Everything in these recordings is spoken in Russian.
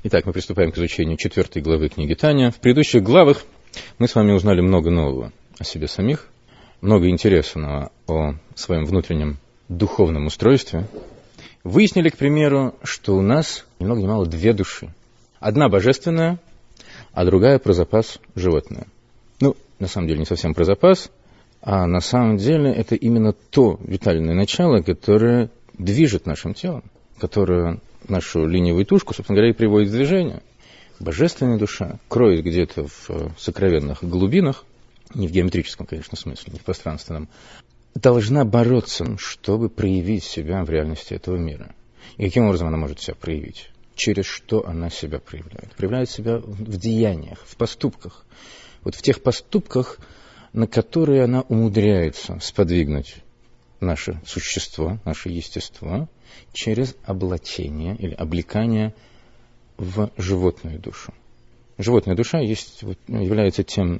Итак, мы приступаем к изучению 4 главы книги Таня. В предыдущих главах мы с вами узнали много нового о себе самих, много интересного о своем внутреннем духовном устройстве. Выяснили, к примеру, что у нас ни много ни мало две души. Одна божественная, а другая про запас животное. На самом деле не совсем про запас, а на самом деле это именно то витальное начало, которое движет нашим телом, которое нашу ленивую тушку, собственно говоря, и приводит в движение. Божественная душа кроет где-то в сокровенных глубинах, не в геометрическом, конечно, смысле, не в пространственном, должна бороться, чтобы проявить себя в реальности этого мира. И каким образом она может себя проявить? Через что она себя проявляет? Проявляет себя в деяниях, в поступках. Вот в тех поступках, на которые она умудряется сподвигнуть наше существо, наше естество, через облачение или облекание в животную душу. Животная душа является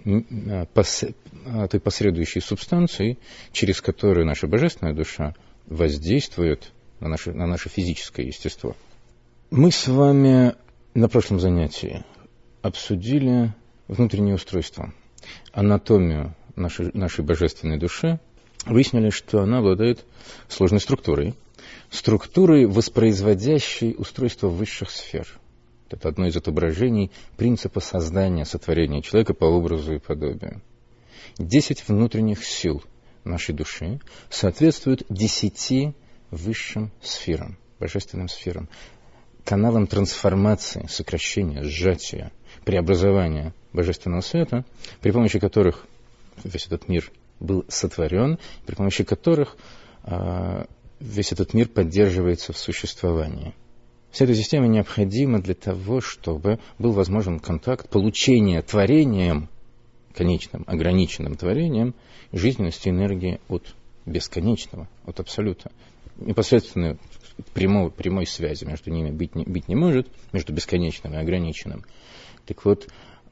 той посредующей субстанцией, через которую наша божественная душа воздействует на наше физическое естество. Мы с вами на прошлом занятии обсудили внутреннее устройство, анатомию нашей божественной души, выяснили, что она обладает сложной структурой, воспроизводящей устройство высших сфер. Это одно из отображений принципа создания, сотворения человека по образу и подобию. 10 внутренних сил нашей души соответствуют 10 высшим сферам, божественным сферам, каналам трансформации, сокращения, сжатия, преобразования божественного света, при помощи которых весь этот мир был сотворен, при помощи которых весь этот мир поддерживается в существовании. Вся эта система необходима для того, чтобы был возможен контакт, получение творением, конечным, ограниченным творением, жизненности энергии от бесконечного, от абсолюта. Непосредственно прямой связи между ними быть не может, между бесконечным и ограниченным. Так вот,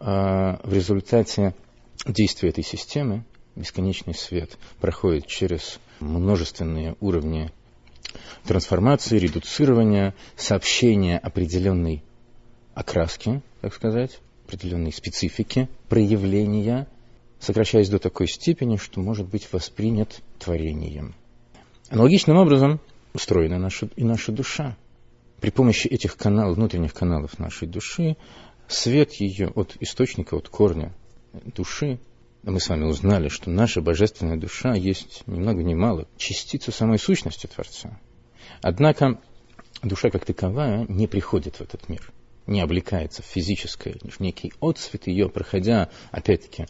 в результате действия этой системы бесконечный свет проходит через множественные уровни трансформации, редуцирования, сообщения определенной окраски, так сказать, определенной специфики, проявления, сокращаясь до такой степени, что может быть воспринят творением. Аналогичным образом устроена наша душа. При помощи этих внутренних каналов нашей души, свет ее от источника, от корня души, мы с вами узнали, что наша божественная душа есть ни много ни мало частица самой сущности Творца. Однако душа как таковая не приходит в этот мир, не облекается в физическое, в некий отцвет ее, проходя, опять-таки,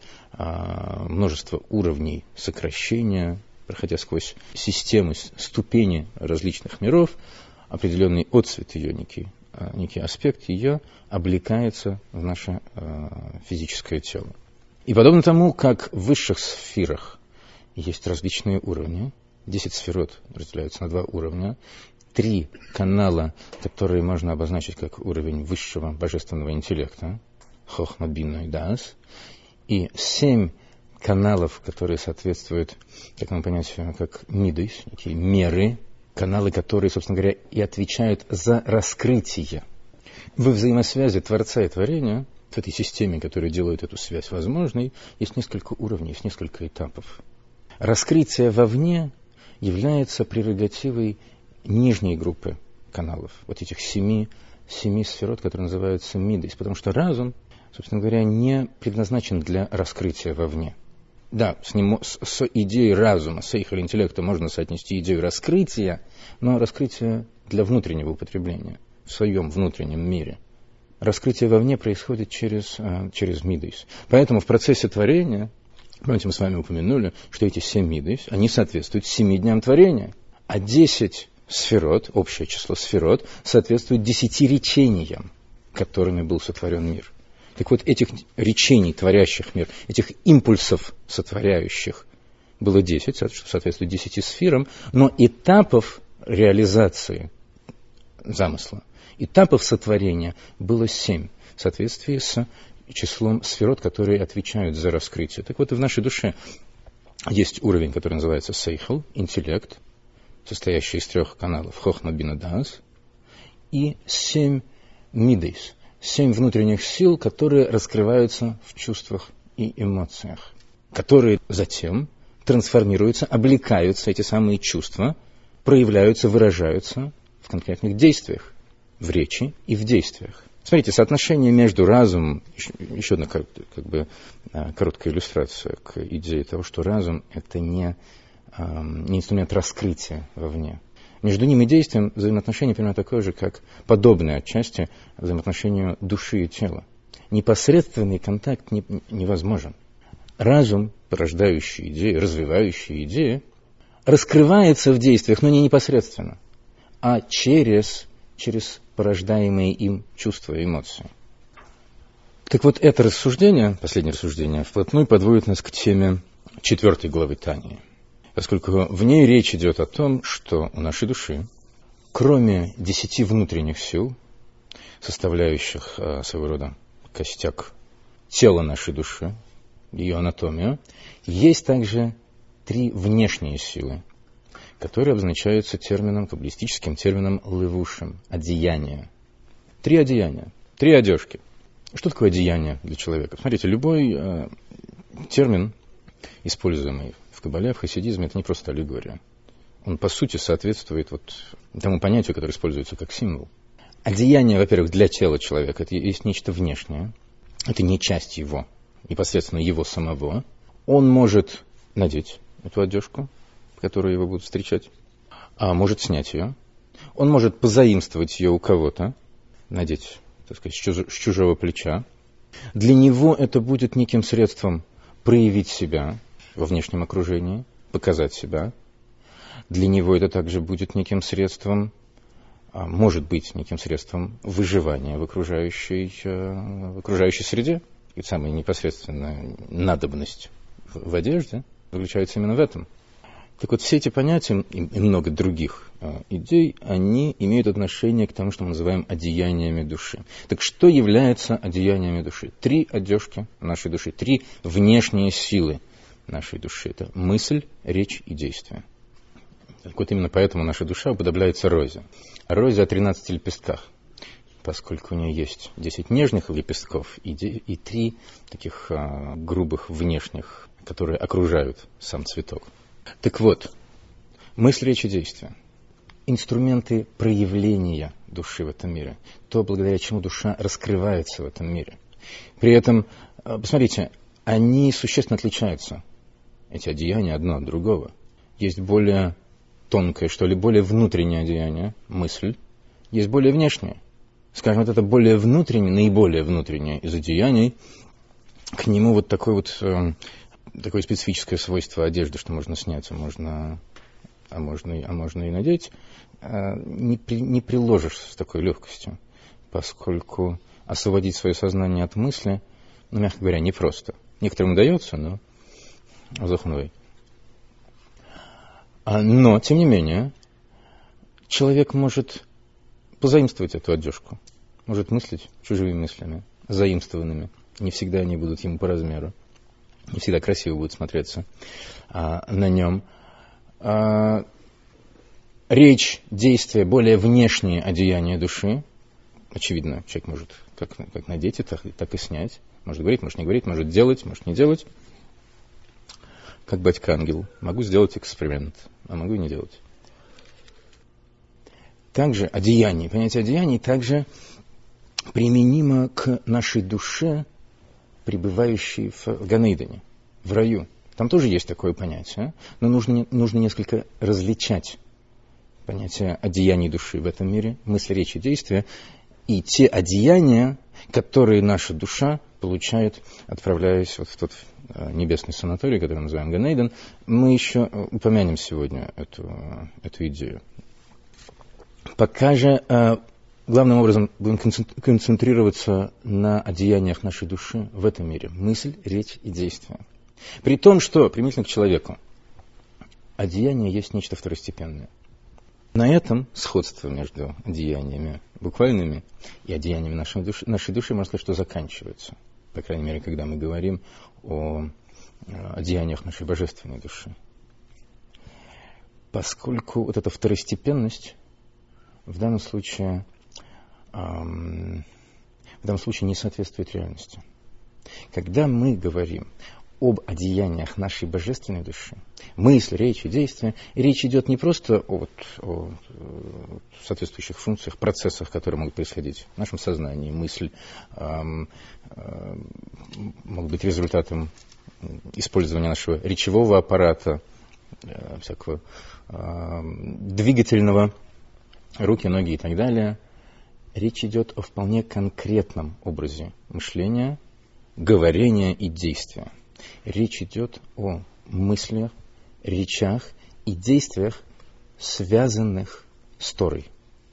множество уровней сокращения, проходя сквозь системы, ступени различных миров, определенный отцвет ее, некий аспект ее облекается в наше физическое тело. И подобно тому, как в высших сферах есть различные уровни, 10 сферот разделяются на 2 уровня, 3 канала, которые можно обозначить как уровень высшего божественного интеллекта, хохма, бина и даас, и 7 каналов, которые соответствуют такому понятию, как мидейс, некие меры, каналы, которые, собственно говоря, и отвечают за раскрытие. Во взаимосвязи Творца и Творения, в этой системе, которая делает эту связь возможной, есть несколько уровней, есть несколько этапов. Раскрытие вовне является прерогативой нижней группы каналов, вот этих 7 сферот, которые называются мидейс, потому что разум, собственно говоря, не предназначен для раскрытия вовне. Да, с идеей разума, с сейхоль интеллекта можно соотнести идею раскрытия, но раскрытие для внутреннего употребления, в своем внутреннем мире. Раскрытие вовне происходит через мидейс. Поэтому в процессе творения, помните, мы с вами упомянули, что эти 7 мидейс, они соответствуют 7 дням творения, а 10 сферот, общее число сферот, соответствует 10 речениям, которыми был сотворен мир. Так вот, этих речений, творящих мир, этих импульсов, сотворяющих, было 10, что соответствует 10 сферам, но этапов реализации замысла, этапов сотворения было 7, в соответствии с числом сферот, которые отвечают за раскрытие. Так вот, и в нашей душе есть уровень, который называется сейхл, интеллект, состоящий из 3 каналов хохма, бина, даас, и 7 мидейс, 7 внутренних сил, которые раскрываются в чувствах и эмоциях, которые затем трансформируются, облекаются, эти самые чувства, проявляются, выражаются в конкретных действиях, в речи и в действиях. Смотрите, соотношение между разумом, еще одна короткая иллюстрация к идее того, что разум – это не инструмент раскрытия вовне. Между ним и действием взаимоотношение примерно такое же, как подобное отчасти взаимоотношению души и тела. Непосредственный контакт невозможен. Разум, порождающий идеи, развивающий идеи, раскрывается в действиях, но не непосредственно, а через порождаемые им чувства и эмоции. Так вот, это рассуждение, последнее рассуждение, вплотную подводит нас к теме 4 главы Тании, поскольку в ней речь идет о том, что у нашей души, кроме 10 внутренних сил, составляющих своего рода костяк тела нашей души, ее анатомию, есть также 3 внешние силы, которые обозначаются каббалистическим термином левушем – одеяние. 3 одеяния, 3 одежки. Что такое одеяние для человека? Смотрите, любой термин, используемый в каббале, в хасидизме, это не просто аллегория. Он, по сути, соответствует тому понятию, которое используется как символ. Одеяние, во-первых, для тела человека – это есть нечто внешнее. Это не часть его, непосредственно его самого. Он может надеть эту одежку, в которой его будут встречать, а может снять ее. Он может позаимствовать ее у кого-то, надеть, так сказать, с чужого плеча. Для него это будет неким средством проявить себя во внешнем окружении, показать себя. Для него это также будет неким средством, может быть неким средством выживания в окружающей среде. И самая непосредственная надобность в одежде заключается именно в этом. Так вот, все эти понятия и много других идей, они имеют отношение к тому, что мы называем одеяниями души. Так что является одеяниями души? 3 одежки нашей души, 3 внешние силы нашей души. Это мысль, речь и действие. Так вот, именно поэтому наша душа уподобляется розе. Розе о 13 лепестках, поскольку у нее есть 10 нежных лепестков и 3 таких грубых внешних, которые окружают сам цветок. Так вот, мысль, речь и действие. Инструменты проявления души в этом мире. То, благодаря чему душа раскрывается в этом мире. При этом, посмотрите, они существенно отличаются. Эти одеяния одно от другого. Есть более тонкое, более внутреннее одеяние, мысль. Есть более внешнее. Скажем, вот это более внутреннее, наиболее внутреннее из одеяний, к нему такое специфическое свойство одежды, что можно снять, а можно и надеть, не приложишь с такой легкостью, поскольку освободить свое сознание от мысли, мягко говоря, непросто. Некоторым удается, но захнувай. Но, тем не менее, человек может позаимствовать эту одежку, может мыслить чужими мыслями, заимствованными. Не всегда они будут ему по размеру. Не всегда красиво будет смотреться на нем. Речь, действие, более внешние одеяния души. Очевидно, человек может как надеть это, так и снять. Может говорить, может не говорить, может делать, может не делать. Как батька-ангел. Могу сделать эксперимент, а могу и не делать. Также понятие одеяний также применимо к нашей душе, пребывающей в Ганейдене, в раю. Там тоже есть такое понятие, но нужно несколько различать понятие одеяний души в этом мире, мысли, речи, действия, и те одеяния, которые наша душа получает, отправляясь в тот небесный санаторий, который мы называем Ганейден. Мы еще упомянем сегодня эту идею. Пока же главным образом будем концентрироваться на одеяниях нашей души в этом мире. Мысль, речь и действие. При том, что, применительно к человеку, одеяние есть нечто второстепенное. На этом сходство между одеяниями буквальными и одеяниями нашей души, можно сказать, что заканчивается. По крайней мере, когда мы говорим о одеяниях нашей божественной души. Поскольку вот эта второстепенность в данном случае в данном случае не соответствует реальности. Когда мы говорим об одеяниях нашей божественной души, мысль, речь и действия, речь идет не просто о соответствующих функциях, процессах, которые могут происходить в нашем сознании. Мысль может быть результатом использования нашего речевого аппарата, всякого двигательного, руки, ноги и так далее. Речь идет о вполне конкретном образе мышления, говорения и действия. Речь идет о мыслях, речах и действиях, связанных с Торой,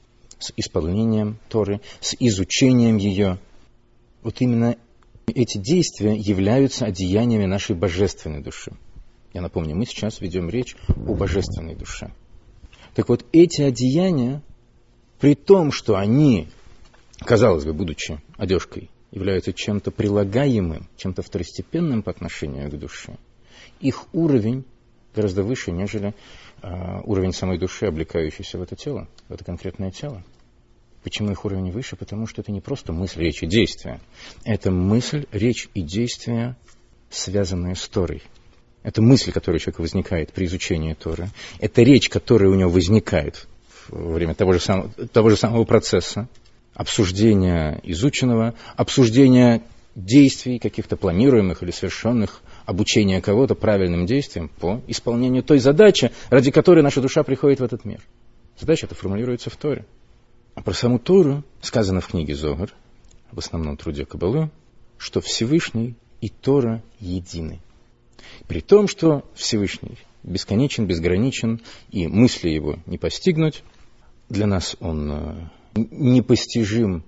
с исполнением Торы, с изучением ее. Вот именно эти действия являются одеяниями нашей божественной души. Я напомню, мы сейчас ведем речь о божественной душе. Так вот, эти одеяния, при том, что они, казалось бы, будучи одежкой, являются чем-то прилагаемым, чем-то второстепенным по отношению к душе, их уровень гораздо выше, нежели уровень самой души, облекающейся в это тело, в это конкретное тело. Почему их уровень выше? Потому что это не просто мысль, речь и действие. Это мысль, речь и действия, связанные с Торой. Это мысль, которая у человека возникает при изучении Торы. Это речь, которая у него возникает во время того же самого процесса. Обсуждения изученного, обсуждения действий, каких-то планируемых или совершенных, обучения кого-то правильным действиям по исполнению той задачи, ради которой наша душа приходит в этот мир. Задача эта формулируется в Торе. А про саму Тору сказано в книге Зогар, в основном труде Каббалы, что Всевышний и Тора едины. При том, что Всевышний бесконечен, безграничен, и мысли его не постигнуть, для нас он непостижим.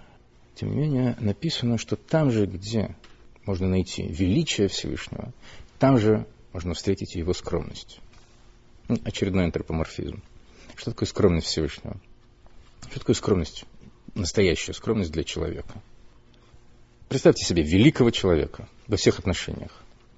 Тем не менее, написано, что там же, где можно найти величие Всевышнего, там же можно встретить его скромность. Очередной антропоморфизм. Что такое скромность Всевышнего? Что такое скромность? Настоящая скромность для человека. Представьте себе великого человека во всех отношениях.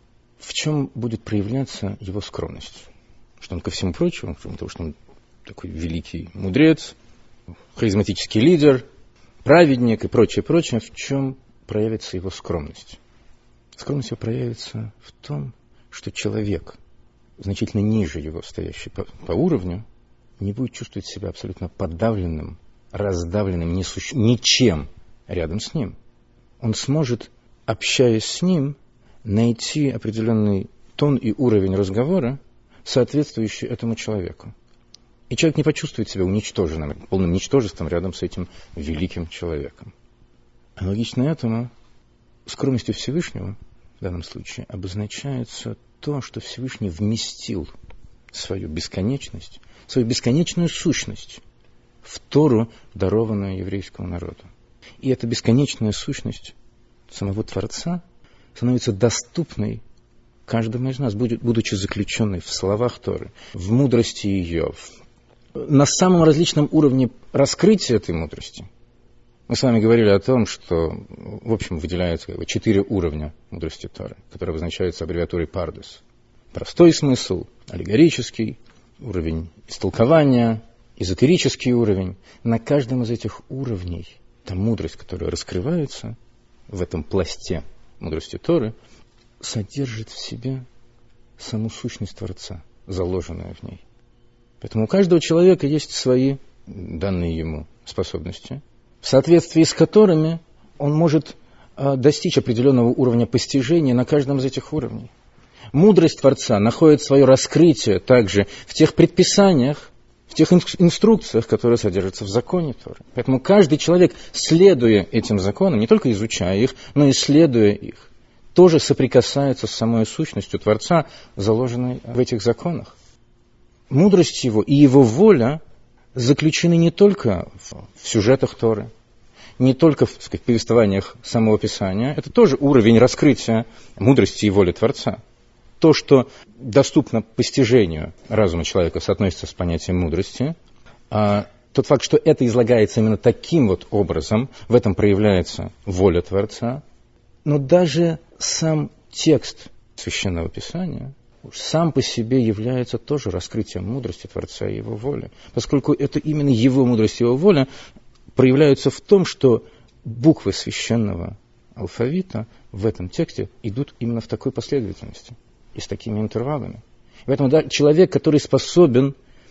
В чем будет проявляться его скромность? Что он, ко всему прочему, кроме того, что он такой великий мудрец, харизматический лидер, праведник и прочее, в чем проявится его скромность? Скромность его проявится в том, что человек, значительно ниже его, стоящий по уровню, не будет чувствовать себя абсолютно подавленным, раздавленным, ничем рядом с ним. Он сможет, общаясь с ним, найти определенный тон и уровень разговора, соответствующий этому человеку. И человек не почувствует себя уничтоженным, полным ничтожеством рядом с этим великим человеком. Аналогично этому, скромностью Всевышнего в данном случае обозначается то, что Всевышний вместил свою бесконечность, свою бесконечную сущность в Тору, дарованную еврейскому народу. И эта бесконечная сущность самого Творца становится доступной каждому из нас, будучи заключенной в словах Торы, в мудрости ее, на самом различном уровне раскрытия этой мудрости. Мы с вами говорили о том, что, в общем, выделяются 4 уровня мудрости Торы, которые обозначаются аббревиатурой пардус. Простой смысл, аллегорический, уровень истолкования, эзотерический уровень. На каждом из этих уровней та мудрость, которая раскрывается в этом пласте мудрости Торы, содержит в себе саму сущность Творца, заложенную в ней. Поэтому у каждого человека есть свои данные ему способности, в соответствии с которыми он может достичь определенного уровня постижения на каждом из этих уровней. Мудрость Творца находит свое раскрытие также в тех предписаниях, в тех инструкциях, которые содержатся в законе Торы. Поэтому каждый человек, следуя этим законам, не только изучая их, но и следуя их, тоже соприкасается с самой сущностью Творца, заложенной в этих законах. Мудрость его и его воля заключены не только в сюжетах Торы, не только в, повествованиях самого Писания. Это тоже уровень раскрытия мудрости и воли Творца. То, что доступно постижению разума человека, соотносится с понятием мудрости. А тот факт, что это излагается именно таким вот образом, в этом проявляется воля Творца. Но даже сам текст Священного Писания сам по себе является тоже раскрытием мудрости Творца и его воли. Поскольку это именно его мудрость и его воля проявляются в том, что буквы священного алфавита в этом тексте идут именно в такой последовательности и с такими интервалами. Поэтому человек, который способен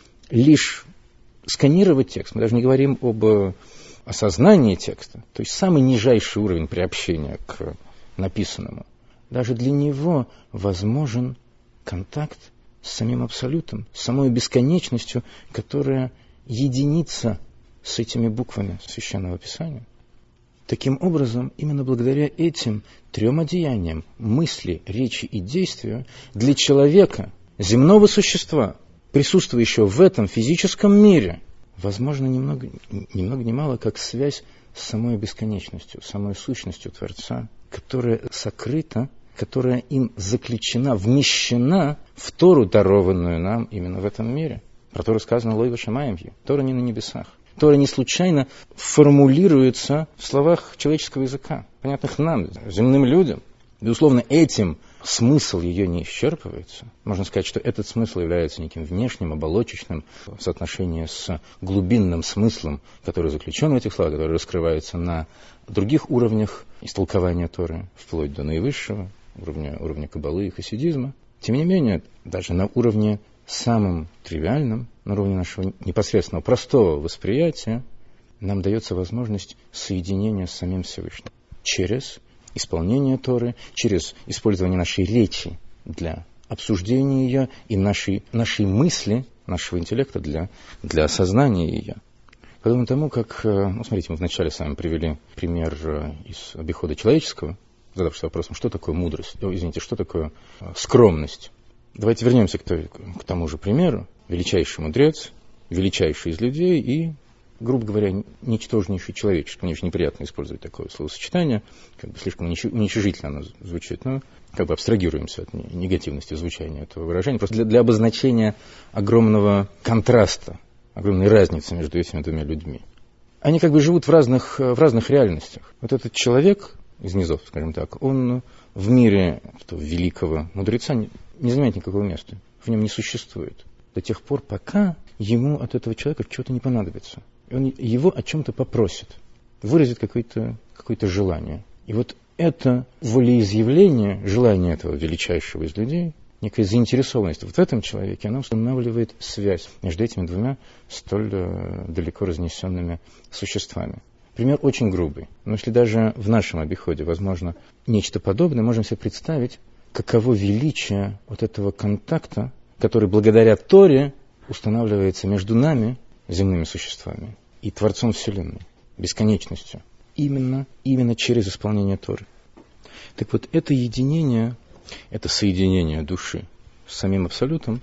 лишь сканировать текст, мы даже не говорим об осознании текста, то есть самый нижайший уровень приобщения к написанному, даже для него возможен контакт с самим абсолютом, с самой бесконечностью, которая единится с этими буквами Священного Писания. Таким образом, именно благодаря этим 3 одеяниям мысли, речи и действию для человека, земного существа, присутствующего в этом физическом мире, возможно, ни много ни мало, как связь с самой бесконечностью, самой сущностью Творца, которая сокрыта, которая им заключена, вмещена в Тору, дарованную нам именно в этом мире. Про Тору сказано «Лой вешамаемхи», Тора не на небесах. Тора не случайно формулируется в словах человеческого языка, понятных нам, земным людям. Безусловно, этим смысл ее не исчерпывается. Можно сказать, что этот смысл является неким внешним, оболочечным в соотношении с глубинным смыслом, который заключен в этих словах, который раскрывается на других уровнях истолкования Торы, вплоть до наивысшего уровня каббалы и хасидизма. Тем не менее, даже на уровне самым тривиальным, на уровне нашего непосредственного простого восприятия, нам дается возможность соединения с самим Всевышним через исполнение Торы, через использование нашей речи для обсуждения ее и нашей мысли, нашего интеллекта для осознания ее. Подобно тому, как, смотрите, мы вначале с вами привели пример из обихода человеческого, задавшись вопросом, что такое мудрость, что такое скромность. Давайте вернемся к тому же примеру. Величайший мудрец, величайший из людей и, грубо говоря, ничтожнейший человеческий. Мне очень неприятно использовать такое словосочетание, слишком уничижительно оно звучит, но абстрагируемся от негативности звучания этого выражения, просто для обозначения огромного контраста, огромной разницы между этими 2 людьми. Они живут в разных реальностях. Вот этот человек из низов, скажем так, он в мире этого великого мудреца не занимает никакого места, в нем не существует. До тех пор, пока ему от этого человека чего-то не понадобится. И он его о чем-то попросит, выразит какое-то желание. И вот это волеизъявление, желание этого величайшего из людей, некая заинтересованность в этом человеке, она устанавливает связь между этими 2 столь далеко разнесенными существами. Пример очень грубый, но если даже в нашем обиходе возможно нечто подобное, можем себе представить, каково величие вот этого контакта, который благодаря Торе устанавливается между нами, земными существами, и Творцом Вселенной, бесконечностью, именно через исполнение Торы. Так вот, это единение, это соединение души с самим Абсолютом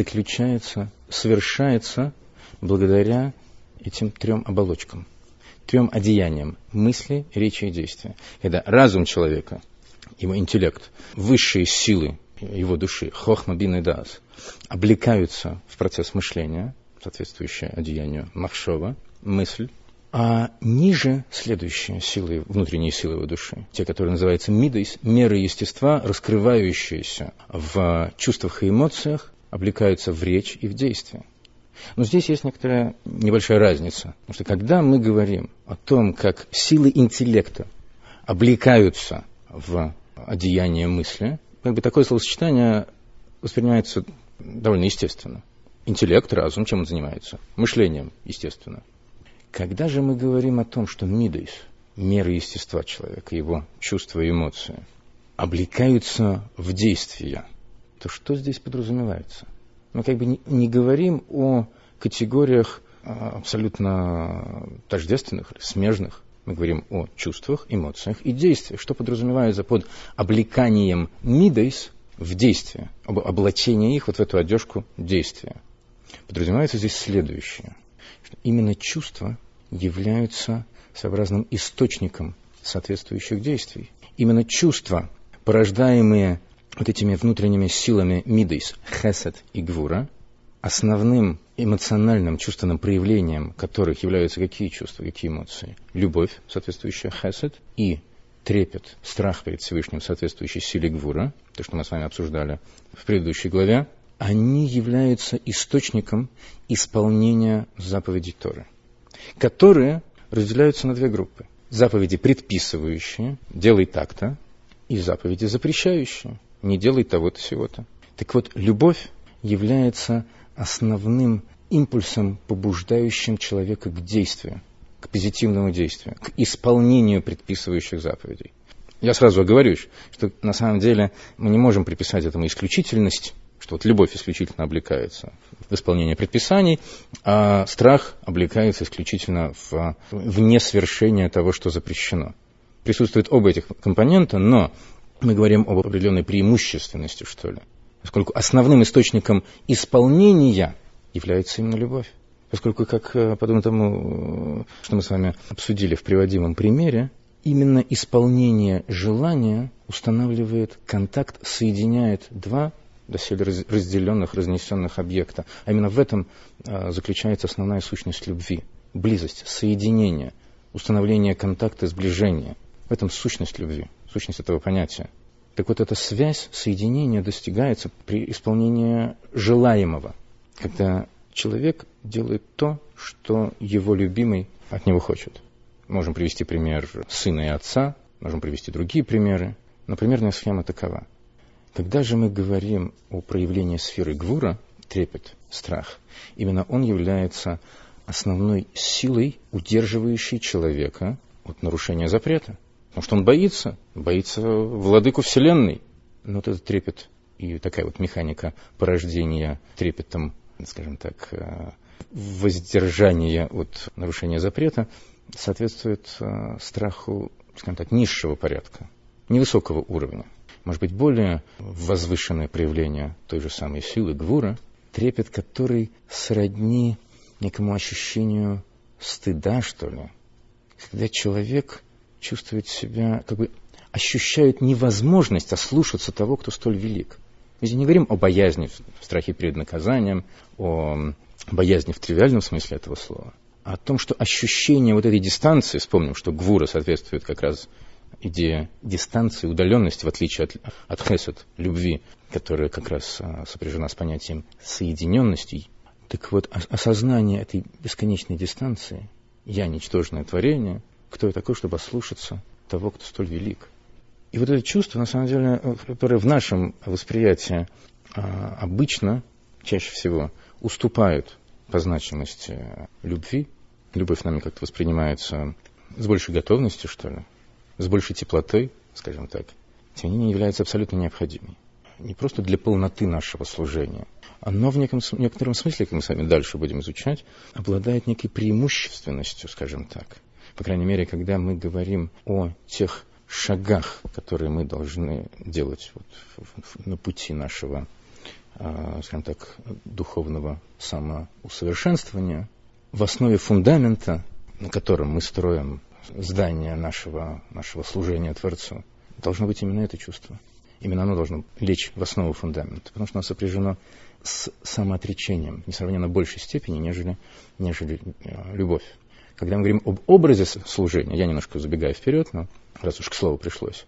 совершается благодаря этим 3 оболочкам, 3 одеяниям мысли, речи и действия. Когда разум человека, его интеллект, высшие силы его души, хохма, бин и даас, облекаются в процесс мышления, соответствующее одеянию махшова, мысль, а ниже следующие силы, внутренние силы его души, те, которые называются мидейс, меры естества, раскрывающиеся в чувствах и эмоциях, облекаются в речь и в действие. Но здесь есть некоторая небольшая разница, потому что когда мы говорим о том, как силы интеллекта облекаются в одеяние мысли, такое словосочетание воспринимается довольно естественно. Интеллект, разум, чем он занимается? Мышлением, естественно. Когда же мы говорим о том, что мидейс, меры естества человека, его чувства и эмоции, облекаются в действия, то что здесь подразумевается? Мы не говорим о категориях абсолютно тождественных, смежных. Мы говорим о чувствах, эмоциях и действиях. Что подразумевается под облеканием мидейс в действие, облачение их в эту одежку действия? Подразумевается здесь следующее. Что именно чувства являются своеобразным источником соответствующих действий. Именно чувства, порождаемые вот этими внутренними силами мидейс, хесед и гвура, основным эмоциональным чувственным проявлением которых являются какие чувства, какие эмоции? Любовь, соответствующая хесед, и трепет, страх перед Всевышним, соответствующей силе гвура, то, что мы с вами обсуждали в предыдущей главе, они являются источником исполнения заповедей Торы, которые разделяются на 2 группы. заповеди предписывающие, делай так-то, и заповеди запрещающие, не делай того-то, сего-то. Так вот, любовь является основным импульсом, побуждающим человека к действию, к позитивному действию, к исполнению предписывающих заповедей. Я сразу оговорюсь, что на самом деле мы не можем приписать этому исключительность, что вот любовь исключительно облекается в исполнение предписаний, а страх облекается исключительно в несвершение того, что запрещено. Присутствуют оба этих компонента, но мы говорим об определенной преимущественности, что ли, поскольку основным источником исполнения является именно любовь. Поскольку, как подобно тому, что мы с вами обсудили в приводимом примере, именно исполнение желания устанавливает контакт, соединяет два доселе разделенных, разнесенных объекта. А именно в этом заключается основная сущность любви. Близость, соединение, установление контакта, сближение. В этом сущность любви, сущность этого понятия. Так вот, эта связь, соединение достигается при исполнении желаемого, когда человек делает то, что его любимый от него хочет. Можем привести пример сына и отца, можем привести другие примеры, но примерная схема такова. Когда же мы говорим о проявлении сферы гвура, трепет, страх, именно он является основной силой, удерживающей человека от нарушения запрета. Потому что он боится владыку Вселенной. Но вот этот трепет и такая вот механика порождения трепетом, скажем так, воздержания от нарушения запрета соответствует страху, скажем так, низшего порядка, невысокого уровня. Может быть, более возвышенное проявление той же самой силы гвура, трепет, который сродни некому ощущению стыда, что ли. Когда человек чувствует себя, как бы ощущает невозможность ослушаться того, кто столь велик. Мы здесь не говорим о боязни, в страхе перед наказанием, о боязни в тривиальном смысле этого слова, а о том, что ощущение вот этой дистанции, вспомним, что гвура соответствует как раз идее дистанции, удаленности, в отличие от хесед, любви, которая как раз сопряжена с понятием соединенности. Так вот, осознание этой бесконечной дистанции, я ничтожное творение, кто я такой, чтобы ослушаться того, кто столь велик. И вот это чувство, на самом деле, которое в нашем восприятии обычно, чаще всего, уступает по значимости любви. Любовь нами как-то воспринимается с большей готовностью, что ли, с большей теплотой, скажем так, тем не менее является абсолютно необходимой. Не просто для полноты нашего служения, но в некотором смысле, как мы с вами дальше будем изучать, обладает некой преимущественностью, скажем так. По крайней мере, когда мы говорим о тех шагах, которые мы должны делать на пути нашего, скажем так, духовного самоусовершенствования, в основе фундамента, на котором мы строим здание нашего служения Творцу, должно быть именно это чувство. Именно оно должно лечь в основу фундамента, потому что оно сопряжено с самоотречением в несравненно большей степени, нежели любовь. Когда мы говорим об образе служения, я немножко забегаю вперед, но раз уж к слову пришлось,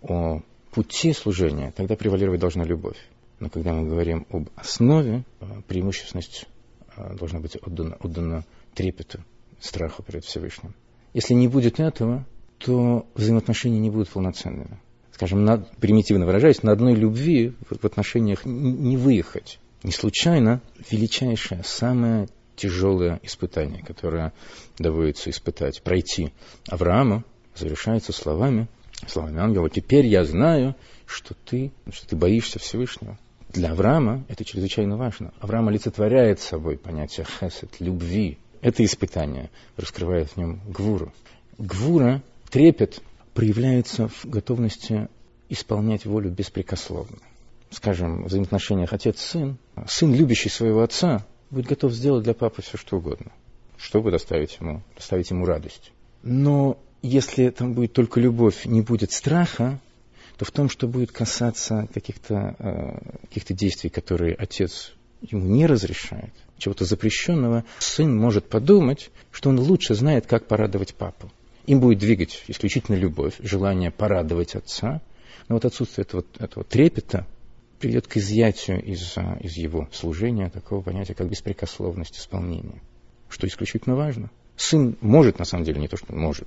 о пути служения, тогда превалировать должна любовь. Но когда мы говорим об основе, преимущественность должна быть отдана трепету, страху перед Всевышним. Если не будет этого, то взаимоотношения не будут полноценными. Скажем, примитивно выражаясь, на одной любви в отношениях не выехать. Не случайно величайшее, самое тяжелое испытание, которое доводится испытать, пройти Аврааму, завершается словами ангела: «Теперь я знаю, что ты боишься Всевышнего». Для Авраама это чрезвычайно важно. Авраам олицетворяет собой понятие хесед, любви. Это испытание раскрывает в нем гвуру. Гвура, трепет, проявляется в готовности исполнять волю беспрекословно. Скажем, в взаимоотношениях отец-сын, сын, любящий своего отца, будет готов сделать для папы все, что угодно, чтобы доставить ему радость. Но если там будет только любовь, не будет страха, то в том, что будет касаться каких-то действий, которые отец ему не разрешает, чего-то запрещенного, сын может подумать, что он лучше знает, как порадовать папу. Им будет двигать исключительно любовь, желание порадовать отца, но вот отсутствие этого трепета приведет к изъятию из его служения такого понятия, как беспрекословность исполнения, что исключительно важно. Сын может, на самом деле, не то, что может,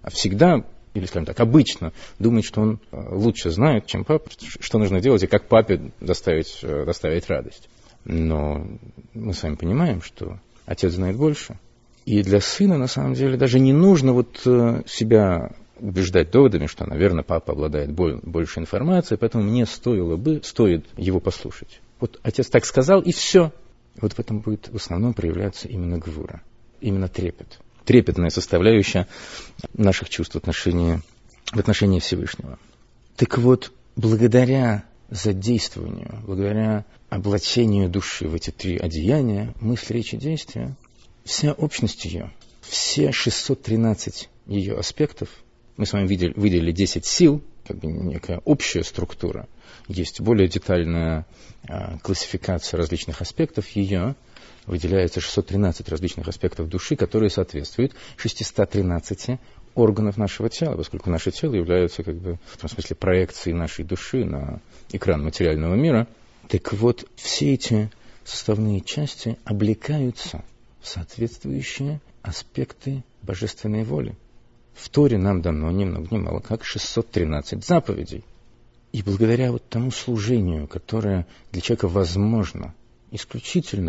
всегда, или, скажем так, обычно думает, что он лучше знает, чем папа, что нужно делать и как папе доставить радость. Но мы с вами понимаем, что отец знает больше. И для сына, на самом деле, даже не нужно себя убеждать доводами, что, наверное, папа обладает больше информацией, поэтому мне стоит его послушать. Вот отец так сказал, и все. Вот в этом будет в основном проявляться именно гвура, именно трепет. Трепетная составляющая наших чувств в отношении Всевышнего. Так вот, благодаря задействованию, благодаря облачению души в эти 3 одеяния, мысль, речь и действие, вся общность ее, все 613 ее аспектов, мы с вами выделили 10 сил, как бы некая общая структура, есть более детальная классификация различных аспектов ее, выделяется 613 различных аспектов души, которые соответствуют 613 органов нашего тела, поскольку наше тело является, как бы, в том смысле, проекцией нашей души на экран материального мира. Так вот, все эти составные части облекаются в соответствующие аспекты божественной воли. В Торе нам дано ни много ни мало как 613 заповедей. И благодаря тому служению, которое для человека возможно, исключительно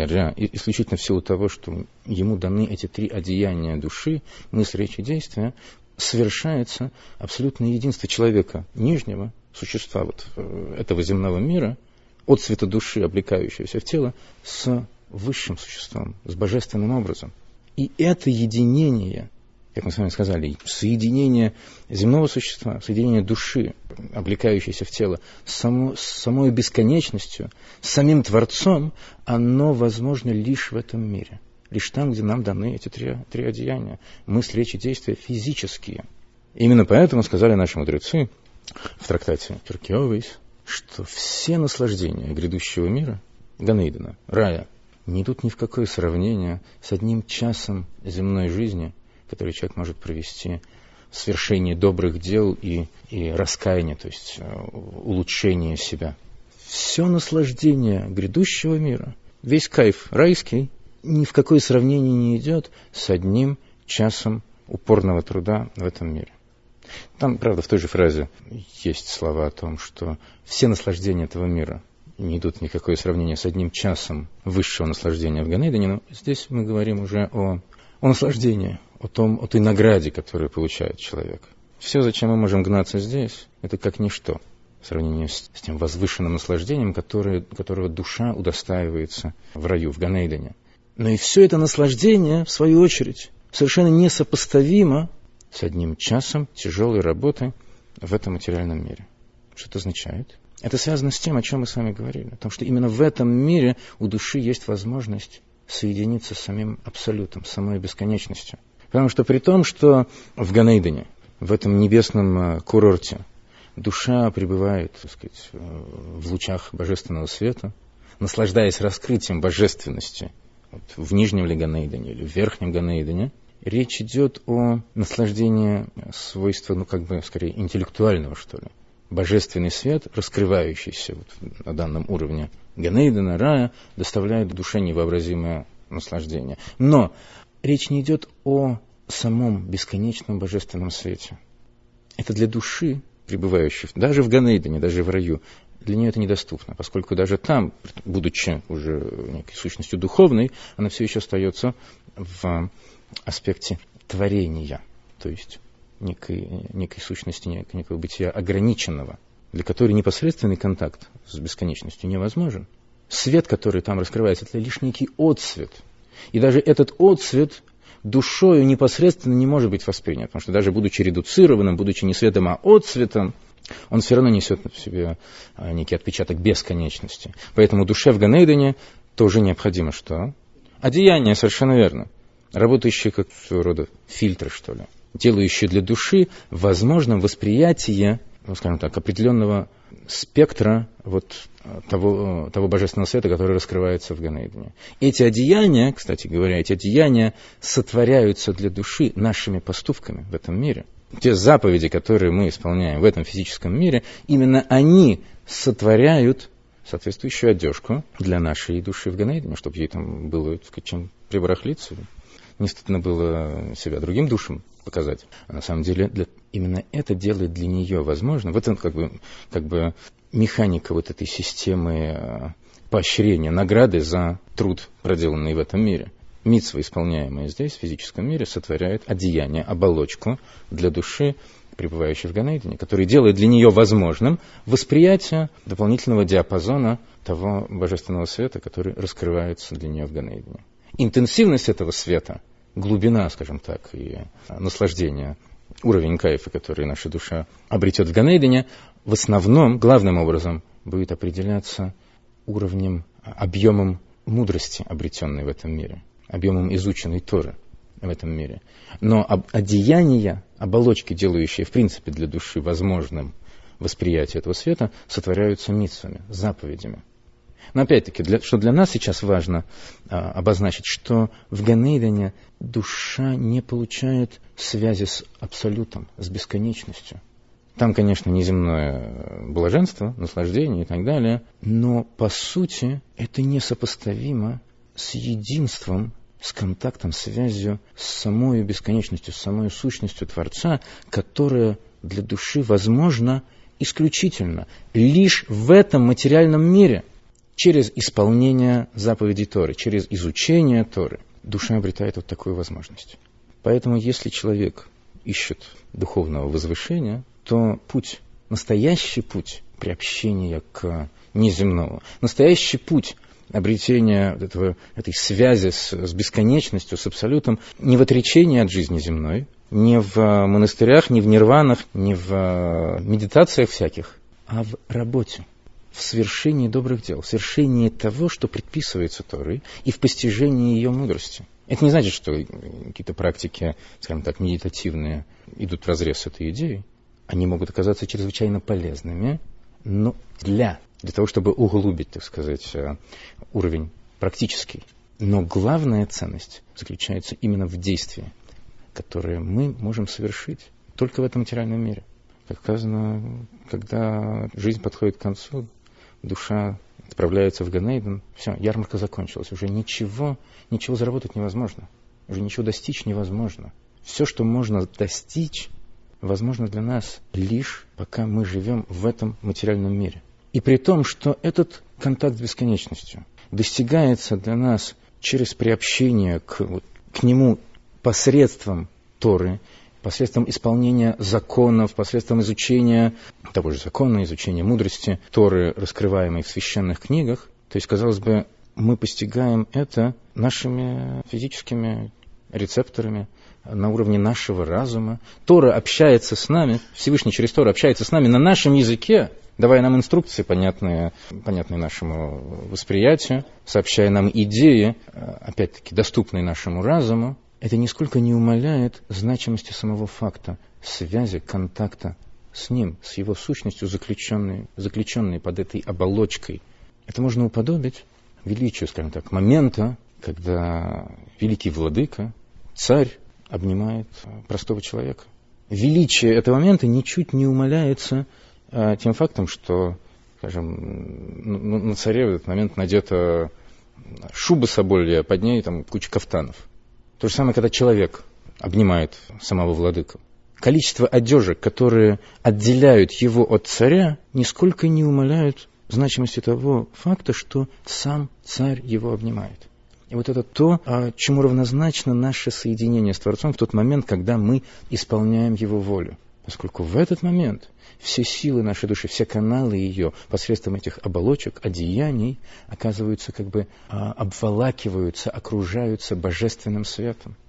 в силу того, что ему даны эти 3 одеяния души, мысль, речь и действие, совершается абсолютное единство человека, нижнего существа этого земного мира, от цвета души, облекающегося в тело, с высшим существом, с божественным образом. И это единение, как мы с вами сказали, соединение земного существа, соединение души, облекающейся в тело, с самой бесконечностью, с самим Творцом, оно возможно лишь в этом мире. Лишь там, где нам даны эти 3 одеяния. Мысль, речь и действия физические. Именно поэтому сказали наши мудрецы в трактате Перкей Авос, что все наслаждения грядущего мира, Ганейдена, рая, не идут ни в какое сравнение с 1 часом земной жизни, который человек может провести в свершении добрых дел и раскаяния, то есть улучшение себя. Все наслаждение грядущего мира, весь кайф райский, ни в какое сравнение не идет с 1 часом упорного труда в этом мире. Там, правда, в той же фразе есть слова о том, что все наслаждения этого мира не идут ни в какое сравнение с 1 часом высшего наслаждения в Ганейдене, но здесь мы говорим уже о наслаждении, о той награде, которую получает человек. Все, зачем мы можем гнаться здесь, это как ничто в сравнении с тем возвышенным наслаждением, которого душа удостаивается в раю, в Ганейдене. Но и все это наслаждение, в свою очередь, совершенно несопоставимо с 1 часом тяжелой работы в этом материальном мире. Что это означает? Это связано с тем, о чем мы с вами говорили, о том, что именно в этом мире у души есть возможность соединиться с самим Абсолютом, с самой бесконечностью. Потому что при том, что в Ганейдене, в этом небесном курорте, душа пребывает, так сказать, в лучах божественного света, наслаждаясь раскрытием божественности в нижнем ли Ганейдене или в верхнем Ганейдене, речь идет о наслаждении свойства, скорее, интеллектуального, что ли. Божественный свет, раскрывающийся на данном уровне Ганейдена, рая, доставляет душе невообразимое наслаждение. Но речь не идет о самом бесконечном божественном свете. Это для души, пребывающей даже в Ганейдене, даже в раю, для нее это недоступно, поскольку даже там, будучи уже некой сущностью духовной, она все еще остается в аспекте творения, то есть некой сущности, некого бытия ограниченного, для которой непосредственный контакт с бесконечностью невозможен. Свет, который там раскрывается, это лишь некий отсвет. И даже этот отсвет душою непосредственно не может быть воспринят, потому что даже будучи редуцированным, будучи не светом, а отсветом, он все равно несет в себе некий отпечаток бесконечности. Поэтому душе в Ганейдене тоже необходимо что? Одеяние, совершенно верно. Работающие как своего рода фильтры, что ли. Делающие для души возможным восприятие, скажем так, определенного спектра того божественного света, который раскрывается в Ганейдене. Эти одеяния, кстати говоря, сотворяются для души нашими поступками в этом мире. Те заповеди, которые мы исполняем в этом физическом мире, именно они сотворяют соответствующую одежку для нашей души в Ганейдене, чтобы ей там было, так сказать, чем прибарахлиться, не стыдно было себя другим душам показать. А на самом деле именно это делает для нее возможным. Вот это как бы механика вот этой системы поощрения, награды за труд, проделанный в этом мире. Мицва, исполняемая здесь, в физическом мире, сотворяет одеяние, оболочку для души, пребывающей в Ганейдене, который делает для нее возможным восприятие дополнительного диапазона того божественного света, который раскрывается для нее в Ганейдене. Интенсивность этого света, глубина, скажем так, и наслаждение, уровень кайфа, который наша душа обретет в Ганейдене, в основном, главным образом, будет определяться уровнем, объемом мудрости, обретенной в этом мире, объемом изученной Торы в этом мире. Но одеяния, оболочки, делающие в принципе для души возможным восприятие этого света, сотворяются мицвами, заповедями. Но опять-таки, что для нас сейчас важно обозначить, что в Ганейдене душа не получает связи с абсолютом, с бесконечностью. Там, конечно, неземное блаженство, наслаждение и так далее, но, по сути, это несопоставимо с единством, с контактом, связью с самой бесконечностью, с самой сущностью Творца, которая для души возможна исключительно лишь в этом материальном мире. Через исполнение заповедей Торы, через изучение Торы душа обретает вот такую возможность. Поэтому, если человек ищет духовного возвышения, то путь, настоящий путь приобщения к неземному, настоящий путь обретения этой связи с бесконечностью, с абсолютом, не в отречении от жизни земной, не в монастырях, не в нирванах, не в медитациях всяких, а в работе, в свершении добрых дел, в свершении того, что предписывается Торой, и в постижении ее мудрости. Это не значит, что какие-то практики, скажем так, медитативные идут вразрез с этой идеей. Они могут оказаться чрезвычайно полезными, но для того, чтобы углубить, так сказать, уровень практический. Но главная ценность заключается именно в действии, которое мы можем совершить только в этом материальном мире. Как сказано, когда жизнь подходит к концу, душа отправляется в Ганейден, все, ярмарка закончилась, уже ничего заработать невозможно, уже ничего достичь невозможно. Все, что можно достичь, возможно для нас лишь пока мы живем в этом материальном мире. И при том, что этот контакт с бесконечностью достигается для нас через приобщение к нему посредством Торы, посредством исполнения законов, посредством изучения того же закона, изучения мудрости Торы, раскрываемой в священных книгах. То есть, казалось бы, мы постигаем это нашими физическими рецепторами, на уровне нашего разума. Тора общается с нами, Всевышний через Тору общается с нами на нашем языке, давая нам инструкции, понятные нашему восприятию, сообщая нам идеи, опять-таки, доступные нашему разуму. Это нисколько не умаляет значимости самого факта связи, контакта с ним, с его сущностью, заключенной под этой оболочкой. Это можно уподобить величию, скажем так, момента, когда великий владыка, царь, обнимает простого человека. Величие этого момента ничуть не умаляется тем фактом, что, скажем, на царе в этот момент надета шуба соболья, под ней там куча кафтанов. То же самое, когда человек обнимает самого владыку. Количество одежек, которые отделяют его от царя, нисколько не умаляют значимости того факта, что сам царь его обнимает. И вот это то, чему равнозначно наше соединение с Творцом в тот момент, когда мы исполняем Его волю. Поскольку в этот момент все силы нашей души, все каналы ее посредством этих оболочек, одеяний, оказываются обволакиваются, окружаются божественным светом.